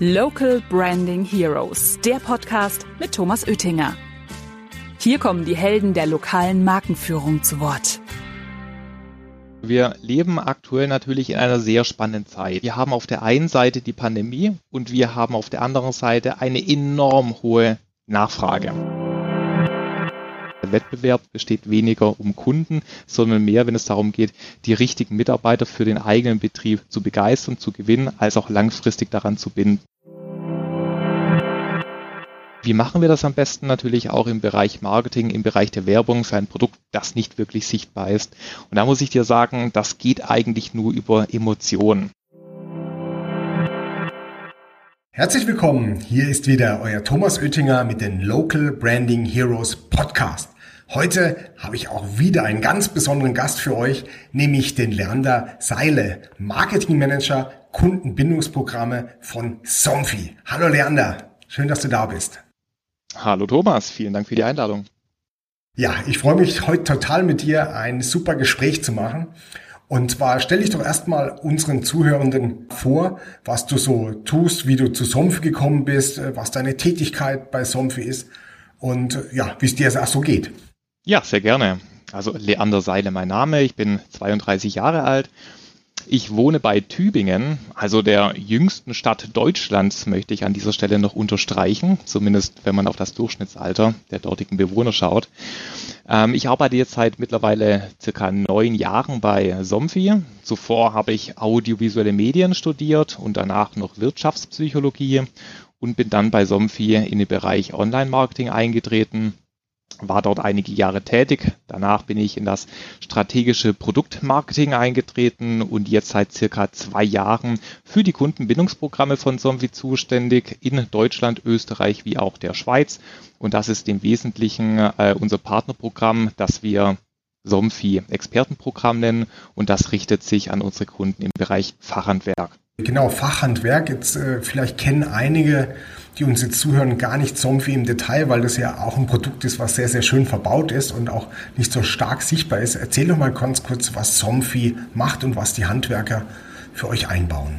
Local Branding Heroes, der Podcast mit Thomas Oettinger. Hier kommen die Helden der lokalen Markenführung zu Wort. Wir leben aktuell natürlich in einer sehr spannenden Zeit. Wir haben auf der einen Seite die Pandemie und wir haben auf der anderen Seite eine enorm hohe Nachfrage. Der Wettbewerb besteht weniger um Kunden, sondern mehr, wenn es darum geht, die richtigen Mitarbeiter für den eigenen Betrieb zu begeistern, zu gewinnen, als auch langfristig daran zu binden. Wie machen wir das am besten? Natürlich auch im Bereich Marketing, im Bereich der Werbung für ein Produkt, das nicht wirklich sichtbar ist. Und da muss ich dir sagen, das geht eigentlich nur über Emotionen. Herzlich willkommen, hier ist wieder euer Thomas Oettinger mit den Local Branding Heroes Podcast. Heute habe ich auch wieder einen ganz besonderen Gast für euch, nämlich den Leander Seile, Marketingmanager Kundenbindungsprogramme von Somfy. Hallo Leander, schön, dass du da bist. Hallo Thomas, vielen Dank für die Einladung. Ja, ich freue mich heute total mit dir ein super Gespräch zu machen. Und zwar stell dich doch erstmal unseren Zuhörenden vor, was du so tust, wie du zu Somfy gekommen bist, was deine Tätigkeit bei Somfy ist und ja, wie es dir auch so geht. Ja, sehr gerne. Also Leander Seile mein Name, ich bin 32 Jahre alt. Ich wohne bei Tübingen, also der jüngsten Stadt Deutschlands, möchte ich an dieser Stelle noch unterstreichen, zumindest wenn man auf das Durchschnittsalter der dortigen Bewohner schaut. Ich arbeite jetzt seit mittlerweile circa 9 Jahren bei Somfy. Zuvor habe ich audiovisuelle Medien studiert und danach noch Wirtschaftspsychologie und bin dann bei Somfy in den Bereich Online-Marketing eingetreten. War dort einige Jahre tätig. Danach bin ich in das strategische Produktmarketing eingetreten und jetzt seit circa 2 Jahren für die Kundenbindungsprogramme von Somfy zuständig in Deutschland, Österreich wie auch der Schweiz. Und das ist im Wesentlichen unser Partnerprogramm, das wir Somfy Expertenprogramm nennen, und das richtet sich an unsere Kunden im Bereich Fachhandwerk. Genau, Fachhandwerk. Jetzt vielleicht kennen einige, die uns jetzt zuhören, gar nicht Somfy im Detail, weil das ja auch ein Produkt ist, was sehr, sehr schön verbaut ist und auch nicht so stark sichtbar ist. Erzähl doch mal ganz kurz, was Somfy macht und was die Handwerker für euch einbauen.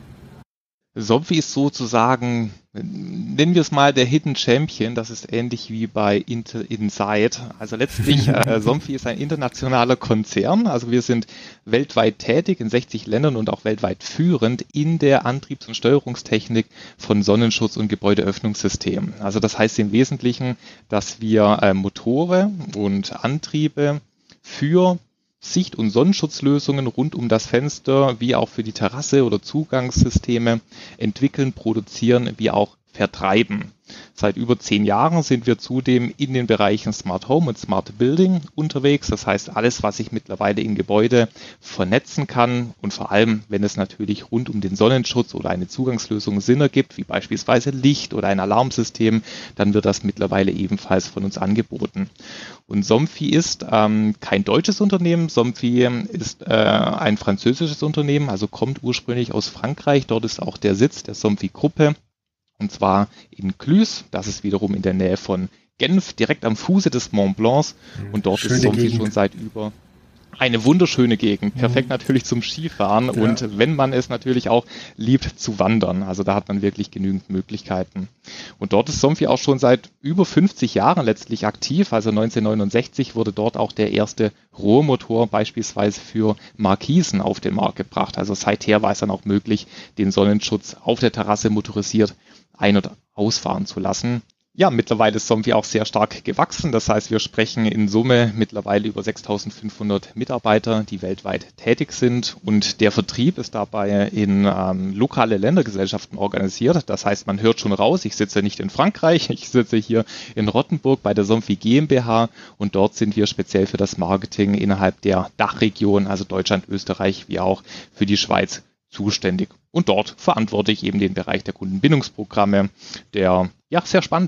Somfy ist sozusagen, nennen wir es mal, der Hidden Champion. Das ist ähnlich wie bei Intel Inside. Also letztlich, Somfy ist ein internationaler Konzern. Also wir sind weltweit tätig in 60 Ländern und auch weltweit führend in der Antriebs- und Steuerungstechnik von Sonnenschutz- und Gebäudeöffnungssystemen. Also das heißt im Wesentlichen, dass wir Motoren und Antriebe für Sicht- und Sonnenschutzlösungen rund um das Fenster, wie auch für die Terrasse oder Zugangssysteme entwickeln, produzieren, wie auch vertreiben. Seit über 10 Jahren sind wir zudem in den Bereichen Smart Home und Smart Building unterwegs. Das heißt, alles, was ich mittlerweile in Gebäude vernetzen kann und vor allem, wenn es natürlich rund um den Sonnenschutz oder eine Zugangslösung Sinn ergibt, wie beispielsweise Licht oder ein Alarmsystem, dann wird das mittlerweile ebenfalls von uns angeboten. Und Somfy ist kein deutsches Unternehmen. Somfy ist ein französisches Unternehmen, also kommt ursprünglich aus Frankreich. Dort ist auch der Sitz der Somfy-Gruppe. Und zwar in Cluses, das ist wiederum in der Nähe von Genf, direkt am Fuße des Mont Blanc. Und dort ist Somfy schon seit über eine wunderschöne Gegend. Perfekt natürlich zum Skifahren und wenn man es natürlich auch liebt, zu wandern. Also da hat man wirklich genügend Möglichkeiten. Und dort ist Somfy auch schon seit über 50 Jahren letztlich aktiv. Also 1969 wurde dort auch der erste Rohrmotor beispielsweise für Markisen auf den Markt gebracht. Also seither war es dann auch möglich, den Sonnenschutz auf der Terrasse motorisiert ein- oder ausfahren zu lassen. Ja, mittlerweile ist Somfy auch sehr stark gewachsen. Das heißt, wir sprechen in Summe mittlerweile über 6.500 Mitarbeiter, die weltweit tätig sind. Und der Vertrieb ist dabei in lokale Ländergesellschaften organisiert. Das heißt, man hört schon raus, ich sitze nicht in Frankreich, ich sitze hier in Rottenburg bei der Somfy GmbH. Und dort sind wir speziell für das Marketing innerhalb der Dachregion, also Deutschland, Österreich, wie auch für die Schweiz zuständig. Und dort verantworte ich eben den Bereich der Kundenbindungsprogramme, der ja sehr spannend ist.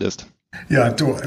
Ja,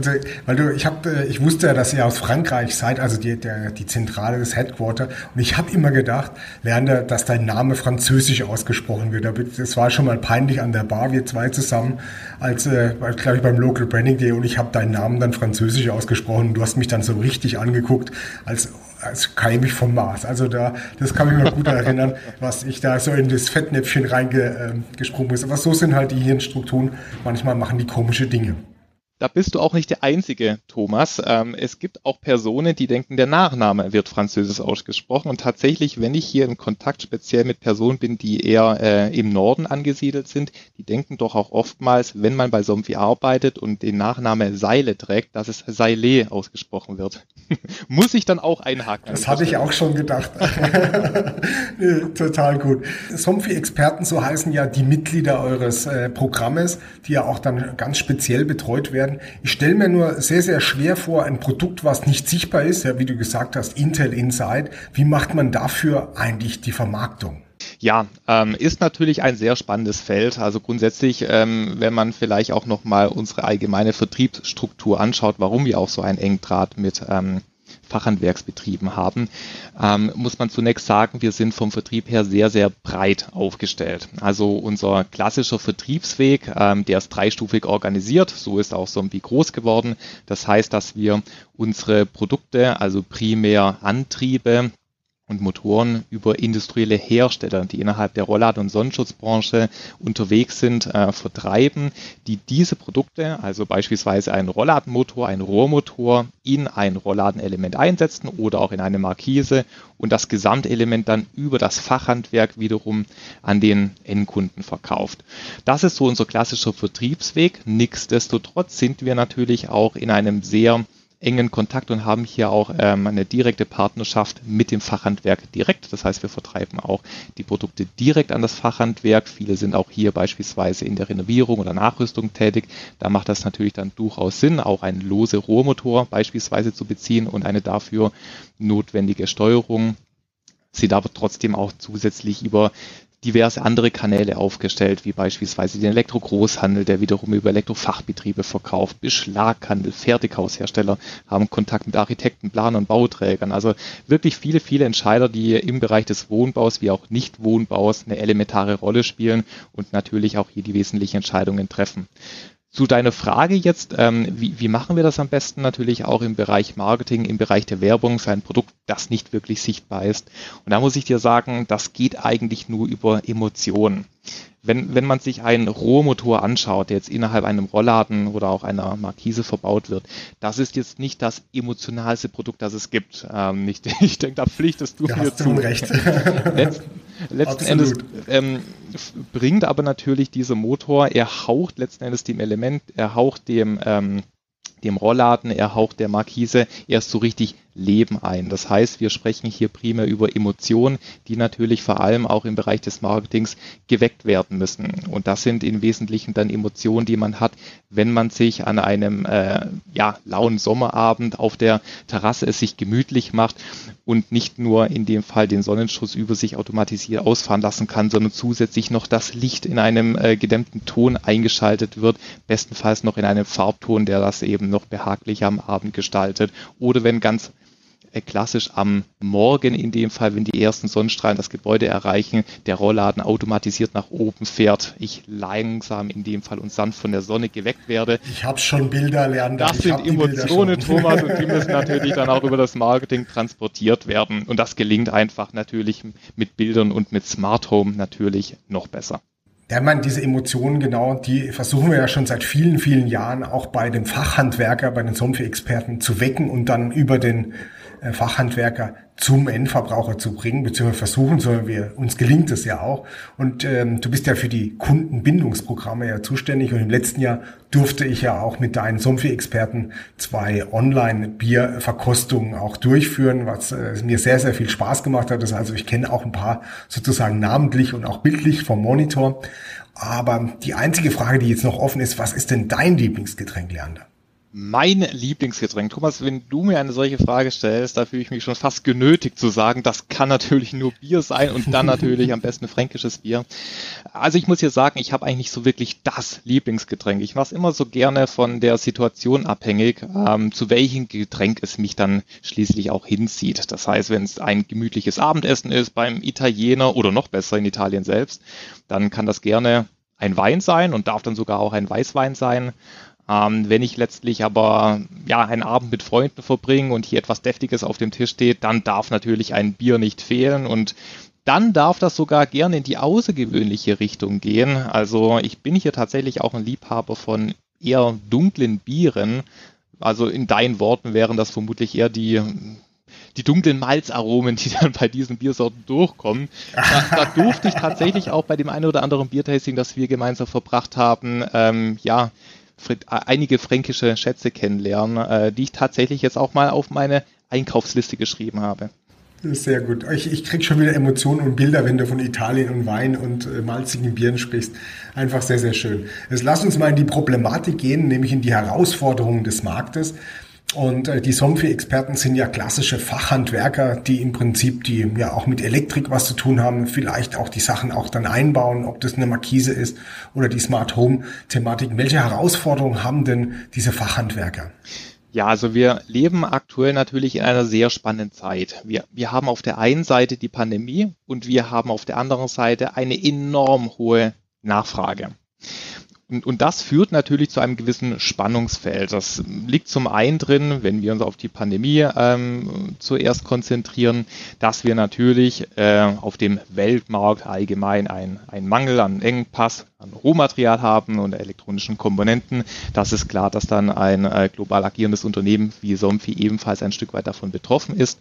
ich wusste ja, dass ihr aus Frankreich seid, also die Zentrale des Headquarter. Und ich habe immer gedacht, Leander, dass dein Name französisch ausgesprochen wird. Das war schon mal peinlich an der Bar, wir zwei zusammen, glaube ich, beim Local Branding Day, und ich habe deinen Namen dann französisch ausgesprochen. Und du hast mich dann so richtig angeguckt, als käme ich vom Mars. Also das kann ich mir gut erinnern, was ich da so in das Fettnäpfchen reingesprungen bin. Aber so sind halt die Hirnstrukturen. Manchmal machen die komische Dinge. Da bist du auch nicht der Einzige, Thomas. Es gibt auch Personen, die denken, der Nachname wird französisch ausgesprochen. Und tatsächlich, wenn ich hier in Kontakt speziell mit Personen bin, die eher im Norden angesiedelt sind, die denken doch auch oftmals, wenn man bei Somfy arbeitet und den Nachname Seile trägt, dass es Seile ausgesprochen wird. Muss ich dann auch einhaken? Das hatte ich auch schon gedacht. Total gut. Somfy-Experten, so heißen ja die Mitglieder eures Programmes, die ja auch dann ganz speziell betreut werden. Ich stelle mir nur sehr, sehr schwer vor, ein Produkt, was nicht sichtbar ist, ja, wie du gesagt hast, Intel Inside. Wie macht man dafür eigentlich die Vermarktung? Ja, ist natürlich ein sehr spannendes Feld. Also grundsätzlich, wenn man vielleicht auch nochmal unsere allgemeine Vertriebsstruktur anschaut, warum wir auch so einen engen Draht mit Fachhandwerksbetrieben haben, muss man zunächst sagen, wir sind vom Vertrieb her sehr, sehr breit aufgestellt. Also unser klassischer Vertriebsweg, der ist dreistufig organisiert, so ist auch Somfy groß geworden. Das heißt, dass wir unsere Produkte, also primär Antriebe und Motoren, über industrielle Hersteller, die innerhalb der Rollladen- und Sonnenschutzbranche unterwegs sind, vertreiben, die diese Produkte, also beispielsweise einen Rollladenmotor, einen Rohrmotor, in ein Rollladenelement einsetzen oder auch in eine Markise und das Gesamtelement dann über das Fachhandwerk wiederum an den Endkunden verkauft. Das ist so unser klassischer Vertriebsweg. Nichtsdestotrotz sind wir natürlich auch in einem sehr engen Kontakt und haben hier auch eine direkte Partnerschaft mit dem Fachhandwerk direkt. Das heißt, wir vertreiben auch die Produkte direkt an das Fachhandwerk. Viele sind auch hier beispielsweise in der Renovierung oder Nachrüstung tätig. Da macht das natürlich dann durchaus Sinn, auch einen lose Rohrmotor beispielsweise zu beziehen und eine dafür notwendige Steuerung. Sind aber trotzdem auch zusätzlich über diverse andere Kanäle aufgestellt, wie beispielsweise den Elektrogroßhandel, der wiederum über Elektrofachbetriebe verkauft, Beschlaghandel, Fertighaushersteller haben Kontakt mit Architekten, Planern, Bauträgern. Also wirklich viele, viele Entscheider, die im Bereich des Wohnbaus wie auch Nicht-Wohnbaus eine elementare Rolle spielen und natürlich auch hier die wesentlichen Entscheidungen treffen. Zu deiner Frage jetzt, wie machen wir das am besten? Natürlich auch im Bereich Marketing, im Bereich der Werbung für ein Produkt, das nicht wirklich sichtbar ist. Und da muss ich dir sagen, das geht eigentlich nur über Emotionen. Wenn man sich einen Rohrmotor anschaut, der jetzt innerhalb einem Rollladen oder auch einer Markise verbaut wird, das ist jetzt nicht das emotionalste Produkt, das es gibt. Ich denke, da pflichtest du mir zu. Recht. Letzten Endes bringt aber natürlich dieser Motor, er haucht letzten Endes dem Element, er haucht dem Rollladen, er haucht der Markise erst so richtig Leben ein. Das heißt, wir sprechen hier primär über Emotionen, die natürlich vor allem auch im Bereich des Marketings geweckt werden müssen. Und das sind im Wesentlichen dann Emotionen, die man hat, wenn man sich an einem lauen Sommerabend auf der Terrasse es sich gemütlich macht und nicht nur in dem Fall den Sonnenschutz über sich automatisiert ausfahren lassen kann, sondern zusätzlich noch das Licht in einem gedämmten Ton eingeschaltet wird, bestenfalls noch in einem Farbton, der das eben noch behaglicher am Abend gestaltet. Oder wenn ganz klassisch am Morgen, in dem Fall, wenn die ersten Sonnenstrahlen das Gebäude erreichen, der Rollladen automatisiert nach oben fährt, ich langsam in dem Fall und sanft von der Sonne geweckt werde. Ich habe schon Bilder, Leander. Das sind Emotionen, Thomas, und die müssen natürlich dann auch über das Marketing transportiert werden. Und das gelingt einfach natürlich mit Bildern und mit Smart Home natürlich noch besser. Ja, ich meine, diese Emotionen, genau, die versuchen wir ja schon seit vielen, vielen Jahren auch bei dem Fachhandwerker, bei den Somfy-Experten zu wecken und dann über den Fachhandwerker zum Endverbraucher zu bringen, beziehungsweise versuchen, sondern uns gelingt es ja auch. Und du bist ja für die Kundenbindungsprogramme ja zuständig und im letzten Jahr durfte ich ja auch mit deinen Somfy-Experten 2 Online-Bierverkostungen auch durchführen, was mir sehr, sehr viel Spaß gemacht hat. Also ich kenne auch ein paar sozusagen namentlich und auch bildlich vom Monitor. Aber die einzige Frage, die jetzt noch offen ist, was ist denn dein Lieblingsgetränk, Leander? Mein Lieblingsgetränk. Thomas, wenn du mir eine solche Frage stellst, da fühle ich mich schon fast genötigt zu sagen, das kann natürlich nur Bier sein und dann natürlich am besten fränkisches Bier. Also ich muss hier sagen, ich habe eigentlich nicht so wirklich das Lieblingsgetränk. Ich mache es immer so gerne von der Situation abhängig, zu welchem Getränk es mich dann schließlich auch hinzieht. Das heißt, wenn es ein gemütliches Abendessen ist beim Italiener oder noch besser in Italien selbst, dann kann das gerne ein Wein sein und darf dann sogar auch ein Weißwein sein. Wenn ich letztlich aber einen Abend mit Freunden verbringe und hier etwas Deftiges auf dem Tisch steht, dann darf natürlich ein Bier nicht fehlen und dann darf das sogar gerne in die außergewöhnliche Richtung gehen. Also ich bin hier tatsächlich auch ein Liebhaber von eher dunklen Bieren. Also in deinen Worten wären das vermutlich eher die dunklen Malzaromen, die dann bei diesen Biersorten durchkommen. Da durfte ich tatsächlich auch bei dem einen oder anderen Biertasting, das wir gemeinsam verbracht haben, einige fränkische Schätze kennenlernen, die ich tatsächlich jetzt auch mal auf meine Einkaufsliste geschrieben habe. Sehr gut. Ich kriege schon wieder Emotionen und Bilder, wenn du von Italien und Wein und malzigen Bieren sprichst. Einfach sehr, sehr schön. Jetzt lass uns mal in die Problematik gehen, nämlich in die Herausforderungen des Marktes. Und die Somfy-Experten sind ja klassische Fachhandwerker, die im Prinzip, die ja auch mit Elektrik was zu tun haben, vielleicht auch die Sachen auch dann einbauen, ob das eine Markise ist oder die Smart Home Thematik. Welche Herausforderungen haben denn diese Fachhandwerker? Ja, also wir leben aktuell natürlich in einer sehr spannenden Zeit. Wir haben auf der einen Seite die Pandemie und wir haben auf der anderen Seite eine enorm hohe Nachfrage. Und das führt natürlich zu einem gewissen Spannungsfeld. Das liegt zum einen drin, wenn wir uns auf die Pandemie zuerst konzentrieren, dass wir natürlich auf dem Weltmarkt allgemein einen Mangel an Engpass, an Rohmaterial haben und elektronischen Komponenten. Das ist klar, dass dann ein global agierendes Unternehmen wie Somfy ebenfalls ein Stück weit davon betroffen ist.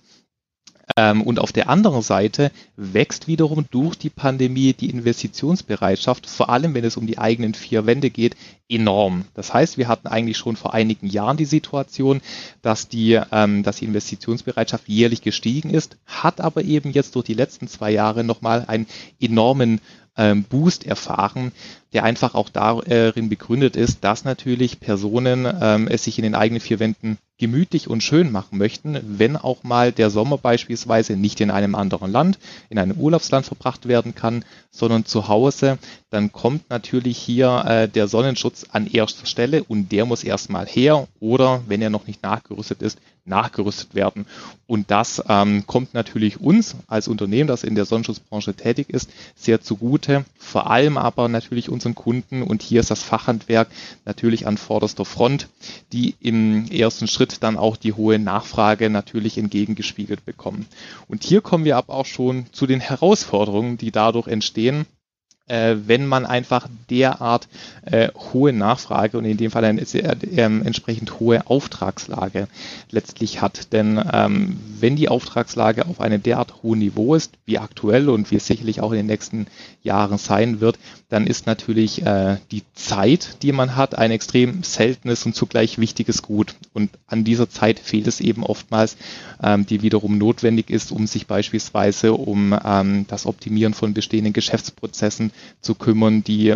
Und auf der anderen Seite wächst wiederum durch die Pandemie die Investitionsbereitschaft, vor allem wenn es um die eigenen vier Wände geht, enorm. Das heißt, wir hatten eigentlich schon vor einigen Jahren die Situation, dass die Investitionsbereitschaft jährlich gestiegen ist, hat aber eben jetzt durch die letzten 2 Jahre nochmal einen enormen Boost erfahren, der einfach auch darin begründet ist, dass natürlich Personen es sich in den eigenen vier Wänden gemütlich und schön machen möchten, wenn auch mal der Sommer beispielsweise nicht in einem anderen Land, in einem Urlaubsland verbracht werden kann, sondern zu Hause, dann kommt natürlich hier der Sonnenschutz an erster Stelle und der muss erstmal her oder, wenn er noch nicht nachgerüstet ist, nachgerüstet werden. Und das kommt natürlich uns als Unternehmen, das in der Sonnenschutzbranche tätig ist, sehr zugute, vor allem aber natürlich unseren Kunden und hier ist das Fachhandwerk natürlich an vorderster Front, die im ersten Schritt dann auch die hohe Nachfrage natürlich entgegengespiegelt bekommen. Und hier kommen wir aber auch schon zu den Herausforderungen, die dadurch entstehen, wenn man einfach derart hohe Nachfrage und in dem Fall eine entsprechend hohe Auftragslage letztlich hat. Denn wenn die Auftragslage auf einem derart hohen Niveau ist, wie aktuell und wie es sicherlich auch in den nächsten Jahren sein wird, dann ist natürlich die Zeit, die man hat, ein extrem seltenes und zugleich wichtiges Gut. Und an dieser Zeit fehlt es eben oftmals, die wiederum notwendig ist, um sich beispielsweise um das Optimieren von bestehenden Geschäftsprozessen zu kümmern, die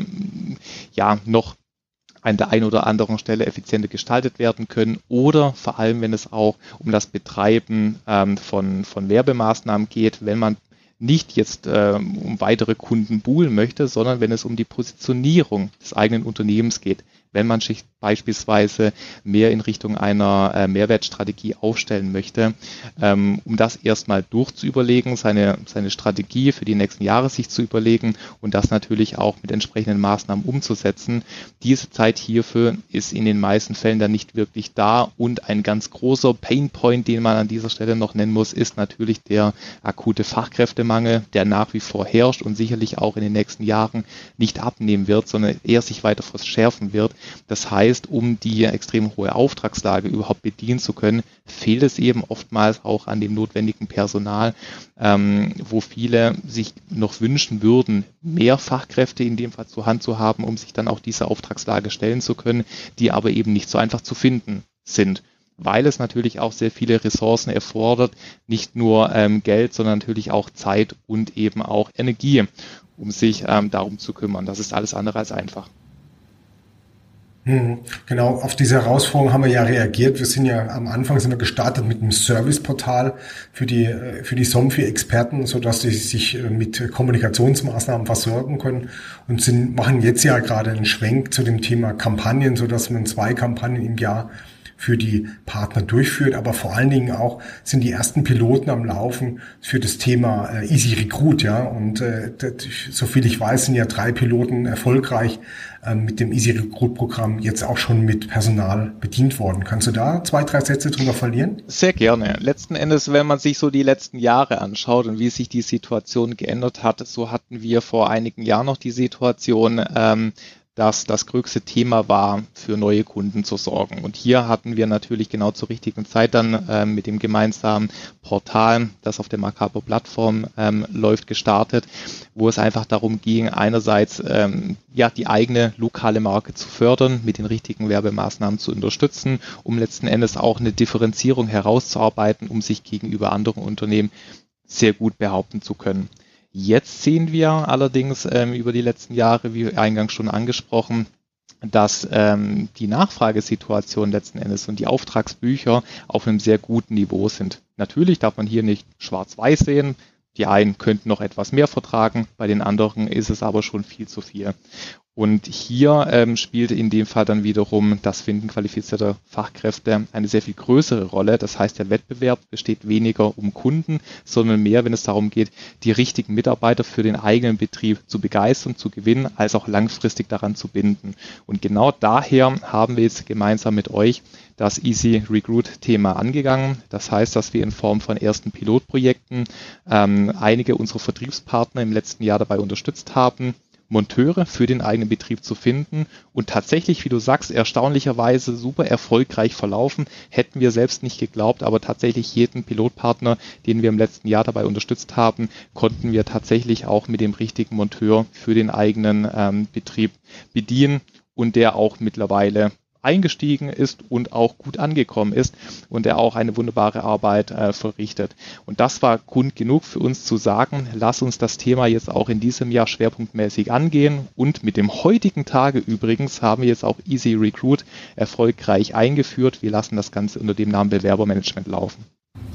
noch an der einen oder anderen Stelle effizienter gestaltet werden können oder vor allem, wenn es auch um das Betreiben von Werbemaßnahmen geht, wenn man nicht jetzt um weitere Kunden buhlen möchte, sondern wenn es um die Positionierung des eigenen Unternehmens geht. Wenn man sich beispielsweise mehr in Richtung einer Mehrwertstrategie aufstellen möchte, um das erstmal durchzuüberlegen, seine Strategie für die nächsten Jahre sich zu überlegen und das natürlich auch mit entsprechenden Maßnahmen umzusetzen. Diese Zeit hierfür ist in den meisten Fällen dann nicht wirklich da und ein ganz großer Painpoint, den man an dieser Stelle noch nennen muss, ist natürlich der akute Fachkräftemangel, der nach wie vor herrscht und sicherlich auch in den nächsten Jahren nicht abnehmen wird, sondern eher sich weiter verschärfen wird. Das heißt, um die extrem hohe Auftragslage überhaupt bedienen zu können, fehlt es eben oftmals auch an dem notwendigen Personal, wo viele sich noch wünschen würden, mehr Fachkräfte in dem Fall zur Hand zu haben, um sich dann auch dieser Auftragslage stellen zu können, die aber eben nicht so einfach zu finden sind. Weil es natürlich auch sehr viele Ressourcen erfordert, nicht nur Geld, sondern natürlich auch Zeit und eben auch Energie, um sich darum zu kümmern. Das ist alles andere als einfach. Genau, auf diese Herausforderung haben wir ja reagiert. Am Anfang sind wir gestartet mit einem Serviceportal für die Somfy-Experten, sodass sie sich mit Kommunikationsmaßnahmen versorgen können und machen jetzt ja gerade einen Schwenk zu dem Thema Kampagnen, sodass man 2 Kampagnen im Jahr für die Partner durchführt, aber vor allen Dingen auch sind die ersten Piloten am Laufen für das Thema Easy Recruit, ja, und so viel ich weiß, sind ja 3 Piloten erfolgreich mit dem Easy Recruit Programm jetzt auch schon mit Personal bedient worden. Kannst du da 2, 3 Sätze drüber verlieren? Sehr gerne. Letzten Endes, wenn man sich so die letzten Jahre anschaut und wie sich die Situation geändert hat, so hatten wir vor einigen Jahren noch die Situation, dass das größte Thema war, für neue Kunden zu sorgen. Und hier hatten wir natürlich genau zur richtigen Zeit dann mit dem gemeinsamen Portal, das auf der Marcapo-Plattform läuft, gestartet, wo es einfach darum ging, einerseits die eigene lokale Marke zu fördern, mit den richtigen Werbemaßnahmen zu unterstützen, um letzten Endes auch eine Differenzierung herauszuarbeiten, um sich gegenüber anderen Unternehmen sehr gut behaupten zu können. Jetzt sehen wir allerdings über die letzten Jahre, wie eingangs schon angesprochen, dass die Nachfragesituation letzten Endes und die Auftragsbücher auf einem sehr guten Niveau sind. Natürlich darf man hier nicht schwarz-weiß sehen. Die einen könnten noch etwas mehr vertragen, bei den anderen ist es aber schon viel zu viel. Und hier spielt in dem Fall dann wiederum das Finden qualifizierter Fachkräfte eine sehr viel größere Rolle. Das heißt, der Wettbewerb besteht weniger um Kunden, sondern mehr, wenn es darum geht, die richtigen Mitarbeiter für den eigenen Betrieb zu begeistern, zu gewinnen, als auch langfristig daran zu binden. Und genau daher haben wir jetzt gemeinsam mit euch das Easy Recruit Thema angegangen. Das heißt, dass wir in Form von ersten Pilotprojekten einige unserer Vertriebspartner im letzten Jahr dabei unterstützt haben, Monteure für den eigenen Betrieb zu finden und tatsächlich, wie du sagst, erstaunlicherweise super erfolgreich verlaufen. Hätten wir selbst nicht geglaubt, aber tatsächlich jeden Pilotpartner, den wir im letzten Jahr dabei unterstützt haben, konnten wir tatsächlich auch mit dem richtigen Monteur für den eigenen Betrieb bedienen und der auch mittlerweile eingestiegen ist und auch gut angekommen ist und der auch eine wunderbare Arbeit verrichtet. Und das war Grund genug für uns zu sagen, lass uns das Thema jetzt auch in diesem Jahr schwerpunktmäßig angehen und mit dem heutigen Tage übrigens haben wir jetzt auch Easy Recruit erfolgreich eingeführt. Wir lassen das Ganze unter dem Namen Bewerbermanagement laufen.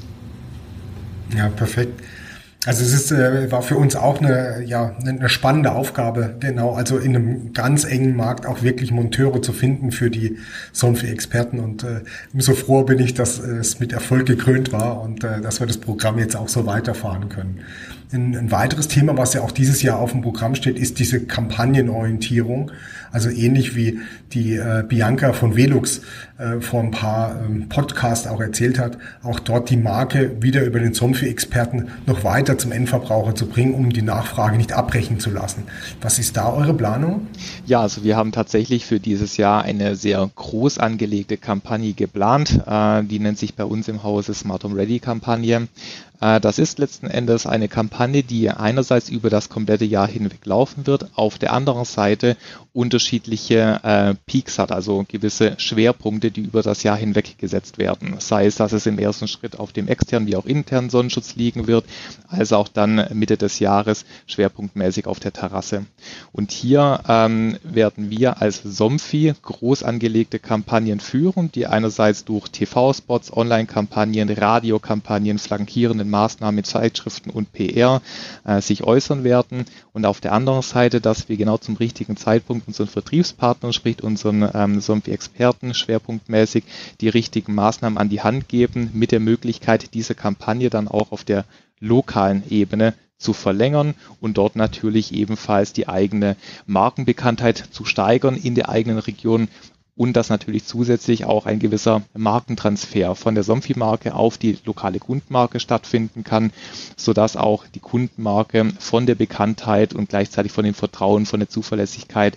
Ja, perfekt. Also war für uns auch eine spannende Aufgabe, genau, also in einem ganz engen Markt auch wirklich Monteure zu finden für die Somfy-Experten und umso froher bin ich, dass es mit Erfolg gekrönt war und dass wir das Programm jetzt auch so weiterfahren können. Ein weiteres Thema, was ja auch dieses Jahr auf dem Programm steht, ist diese Kampagnenorientierung. Also ähnlich wie die Bianca von Velux vor ein paar Podcasts auch erzählt hat, auch dort die Marke wieder über den Somfy-Experten noch weiter zum Endverbraucher zu bringen, um die Nachfrage nicht abbrechen zu lassen. Was ist da eure Planung? Ja, also wir haben tatsächlich für dieses Jahr eine sehr groß angelegte Kampagne geplant. Die nennt sich bei uns im Hause Smart Home Ready Kampagne. Das ist letzten Endes eine Kampagne, die einerseits über das komplette Jahr hinweg laufen wird, auf der anderen Seite unterschiedliche Peaks hat, also gewisse Schwerpunkte, die über das Jahr hinweg gesetzt werden. Sei es, dass es im ersten Schritt auf dem externen wie auch internen Sonnenschutz liegen wird, als auch dann Mitte des Jahres schwerpunktmäßig auf der Terrasse. Und hier werden wir als Somfy groß angelegte Kampagnen führen, die einerseits durch TV-Spots, Online-Kampagnen, Radiokampagnen, flankierenden Maßnahmen mit Zeitschriften und PR sich äußern werden und auf der anderen Seite, dass wir genau zum richtigen Zeitpunkt unseren Vertriebspartnern, sprich unseren Somfy-Experten schwerpunktmäßig die richtigen Maßnahmen an die Hand geben, mit der Möglichkeit, diese Kampagne dann auch auf der lokalen Ebene zu verlängern und dort natürlich ebenfalls die eigene Markenbekanntheit zu steigern in der eigenen Region. Und dass natürlich zusätzlich auch ein gewisser Markentransfer von der Somfy-Marke auf die lokale Kundenmarke stattfinden kann, sodass auch die Kundenmarke von der Bekanntheit und gleichzeitig von dem Vertrauen, von der Zuverlässigkeit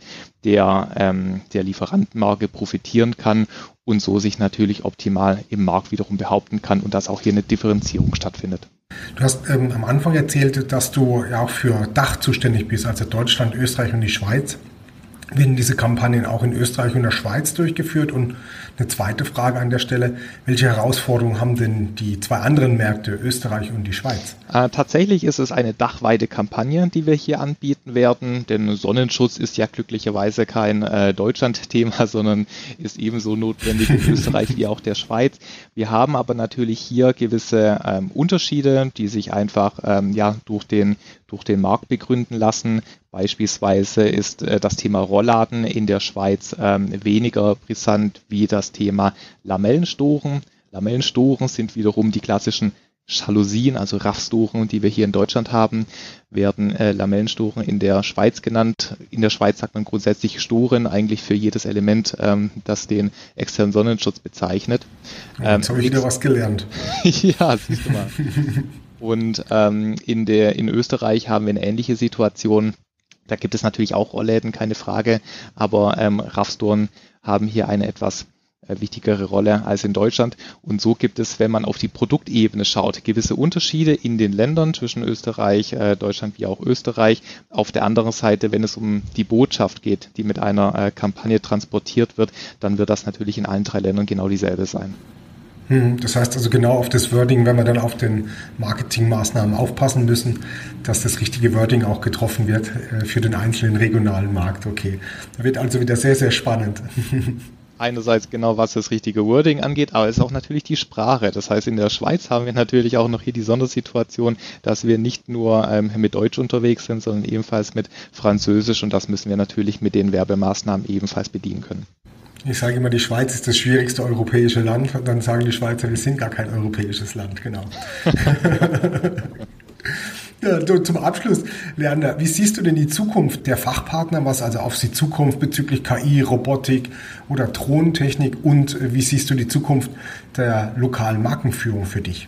der Lieferantenmarke profitieren kann und so sich natürlich optimal im Markt wiederum behaupten kann und dass auch hier eine Differenzierung stattfindet. Du hast am Anfang erzählt, dass du ja auch für Dach zuständig bist, also Deutschland, Österreich und die Schweiz. Werden diese Kampagnen auch in Österreich und der Schweiz durchgeführt? Und eine zweite Frage an der Stelle, welche Herausforderungen haben denn die zwei anderen Märkte, Österreich und die Schweiz? Tatsächlich ist es eine dachweite Kampagne, die wir hier anbieten werden, denn Sonnenschutz ist ja glücklicherweise kein Deutschland-Thema, sondern ist ebenso notwendig in Österreich wie auch der Schweiz. Wir haben aber natürlich hier gewisse Unterschiede, die sich einfach durch den Markt begründen lassen. Beispielsweise ist das Thema Rollladen in der Schweiz weniger brisant wie das Thema Lamellenstoren. Lamellenstoren sind wiederum die klassischen Jalousien, also Raffstoren, die wir hier in Deutschland haben, werden Lamellenstoren in der Schweiz genannt. In der Schweiz sagt man grundsätzlich Storen, eigentlich für jedes Element, das den externen Sonnenschutz bezeichnet. Jetzt habe ich wieder was gelernt. Ja, siehst du mal. Und in Österreich haben wir eine ähnliche Situation. Da gibt es natürlich auch Rollläden, keine Frage, aber Raffstoren haben hier eine etwas wichtigere Rolle als in Deutschland. Und so gibt es, wenn man auf die Produktebene schaut, gewisse Unterschiede in den Ländern zwischen Österreich, Deutschland wie auch Österreich. Auf der anderen Seite, wenn es um die Botschaft geht, die mit einer Kampagne transportiert wird, dann wird das natürlich in allen 3 Ländern genau dieselbe sein. Das heißt also genau auf das Wording, wenn wir dann auf den Marketingmaßnahmen aufpassen müssen, dass das richtige Wording auch getroffen wird für den einzelnen regionalen Markt. Okay, da wird also wieder sehr, sehr spannend. Einerseits genau, was das richtige Wording angeht, aber es ist auch natürlich die Sprache. Das heißt, in der Schweiz haben wir natürlich auch noch hier die Sondersituation, dass wir nicht nur mit Deutsch unterwegs sind, sondern ebenfalls mit Französisch, und das müssen wir natürlich mit den Werbemaßnahmen ebenfalls bedienen können. Ich sage immer, die Schweiz ist das schwierigste europäische Land, und dann sagen die Schweizer, wir sind gar kein europäisches Land, genau. Ja, zum Abschluss, Leander, wie siehst du denn die Zukunft der Fachpartner, was also auf sie zukommt bezüglich KI, Robotik oder Drohnentechnik, und wie siehst du die Zukunft der lokalen Markenführung für dich?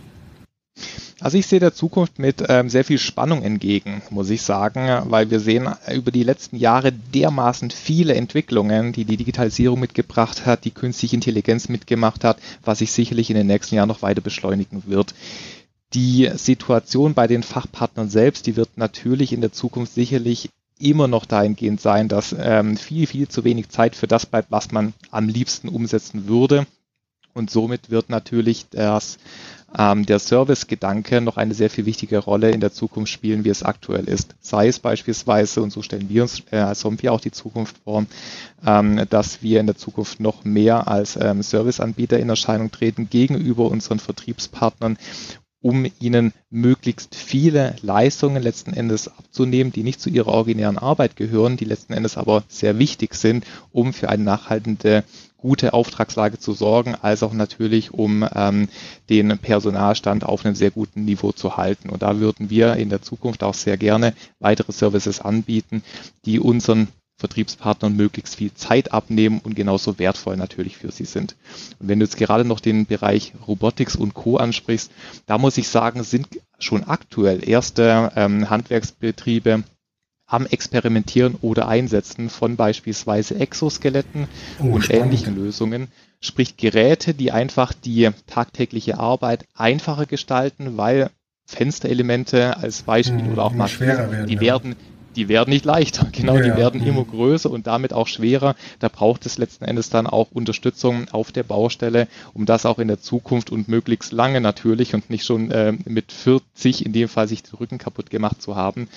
Also ich sehe der Zukunft mit sehr viel Spannung entgegen, muss ich sagen, weil wir sehen über die letzten Jahre dermaßen viele Entwicklungen, die die Digitalisierung mitgebracht hat, die künstliche Intelligenz mitgemacht hat, was sich sicherlich in den nächsten Jahren noch weiter beschleunigen wird. Die Situation bei den Fachpartnern selbst, die wird natürlich in der Zukunft sicherlich immer noch dahingehend sein, dass viel zu wenig Zeit für das bleibt, was man am liebsten umsetzen würde. Und somit wird natürlich der Service-Gedanke noch eine sehr viel wichtige Rolle in der Zukunft spielen, wie es aktuell ist. Sei es beispielsweise, und so stellen wir uns als Somfy auch die Zukunft vor, dass wir in der Zukunft noch mehr als Serviceanbieter in Erscheinung treten gegenüber unseren Vertriebspartnern, um ihnen möglichst viele Leistungen letzten Endes abzunehmen, die nicht zu ihrer originären Arbeit gehören, die letzten Endes aber sehr wichtig sind, um für eine nachhaltende, gute Auftragslage zu sorgen, als auch natürlich, um den Personalstand auf einem sehr guten Niveau zu halten. Und da würden wir in der Zukunft auch sehr gerne weitere Services anbieten, die unseren Vertriebspartnern möglichst viel Zeit abnehmen und genauso wertvoll natürlich für sie sind. Und wenn du jetzt gerade noch den Bereich Robotics und Co. ansprichst, da muss ich sagen, sind schon aktuell erste Handwerksbetriebe am Experimentieren oder Einsetzen von beispielsweise Exoskeletten und ähnlichen Lösungen. Sprich Geräte, die einfach die tagtägliche Arbeit einfacher gestalten, weil Fensterelemente als Beispiel oder auch Maschinen, die werden nicht leichter, genau, die werden immer größer und damit auch schwerer. Da braucht es letzten Endes dann auch Unterstützung auf der Baustelle, um das auch in der Zukunft und möglichst lange natürlich und nicht schon mit 40 in dem Fall sich den Rücken kaputt gemacht zu haben,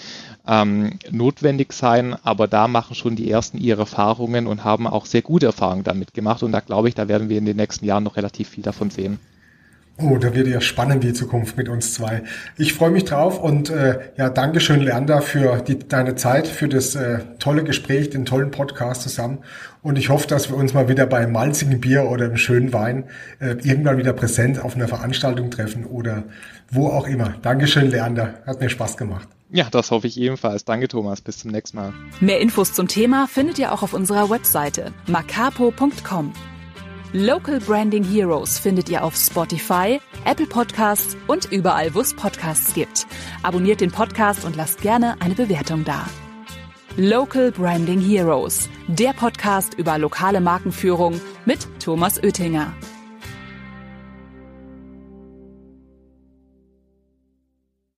notwendig sein. Aber da machen schon die Ersten ihre Erfahrungen und haben auch sehr gute Erfahrungen damit gemacht. Und da glaube ich, da werden wir in den nächsten Jahren noch relativ viel davon sehen. Oh, da wird ja spannend die Zukunft mit uns zwei. Ich freue mich drauf und Dankeschön, Leander, für deine Zeit, für das tolle Gespräch, den tollen Podcast zusammen. Und ich hoffe, dass wir uns mal wieder beim malzigen Bier oder im schönen Wein irgendwann wieder präsent auf einer Veranstaltung treffen oder wo auch immer. Dankeschön, Leander. Hat mir Spaß gemacht. Ja, das hoffe ich ebenfalls. Danke, Thomas. Bis zum nächsten Mal. Mehr Infos zum Thema findet ihr auch auf unserer Webseite macapo.com. Local Branding Heroes findet ihr auf Spotify, Apple Podcasts und überall, wo es Podcasts gibt. Abonniert den Podcast und lasst gerne eine Bewertung da. Local Branding Heroes, der Podcast über lokale Markenführung mit Thomas Oettinger.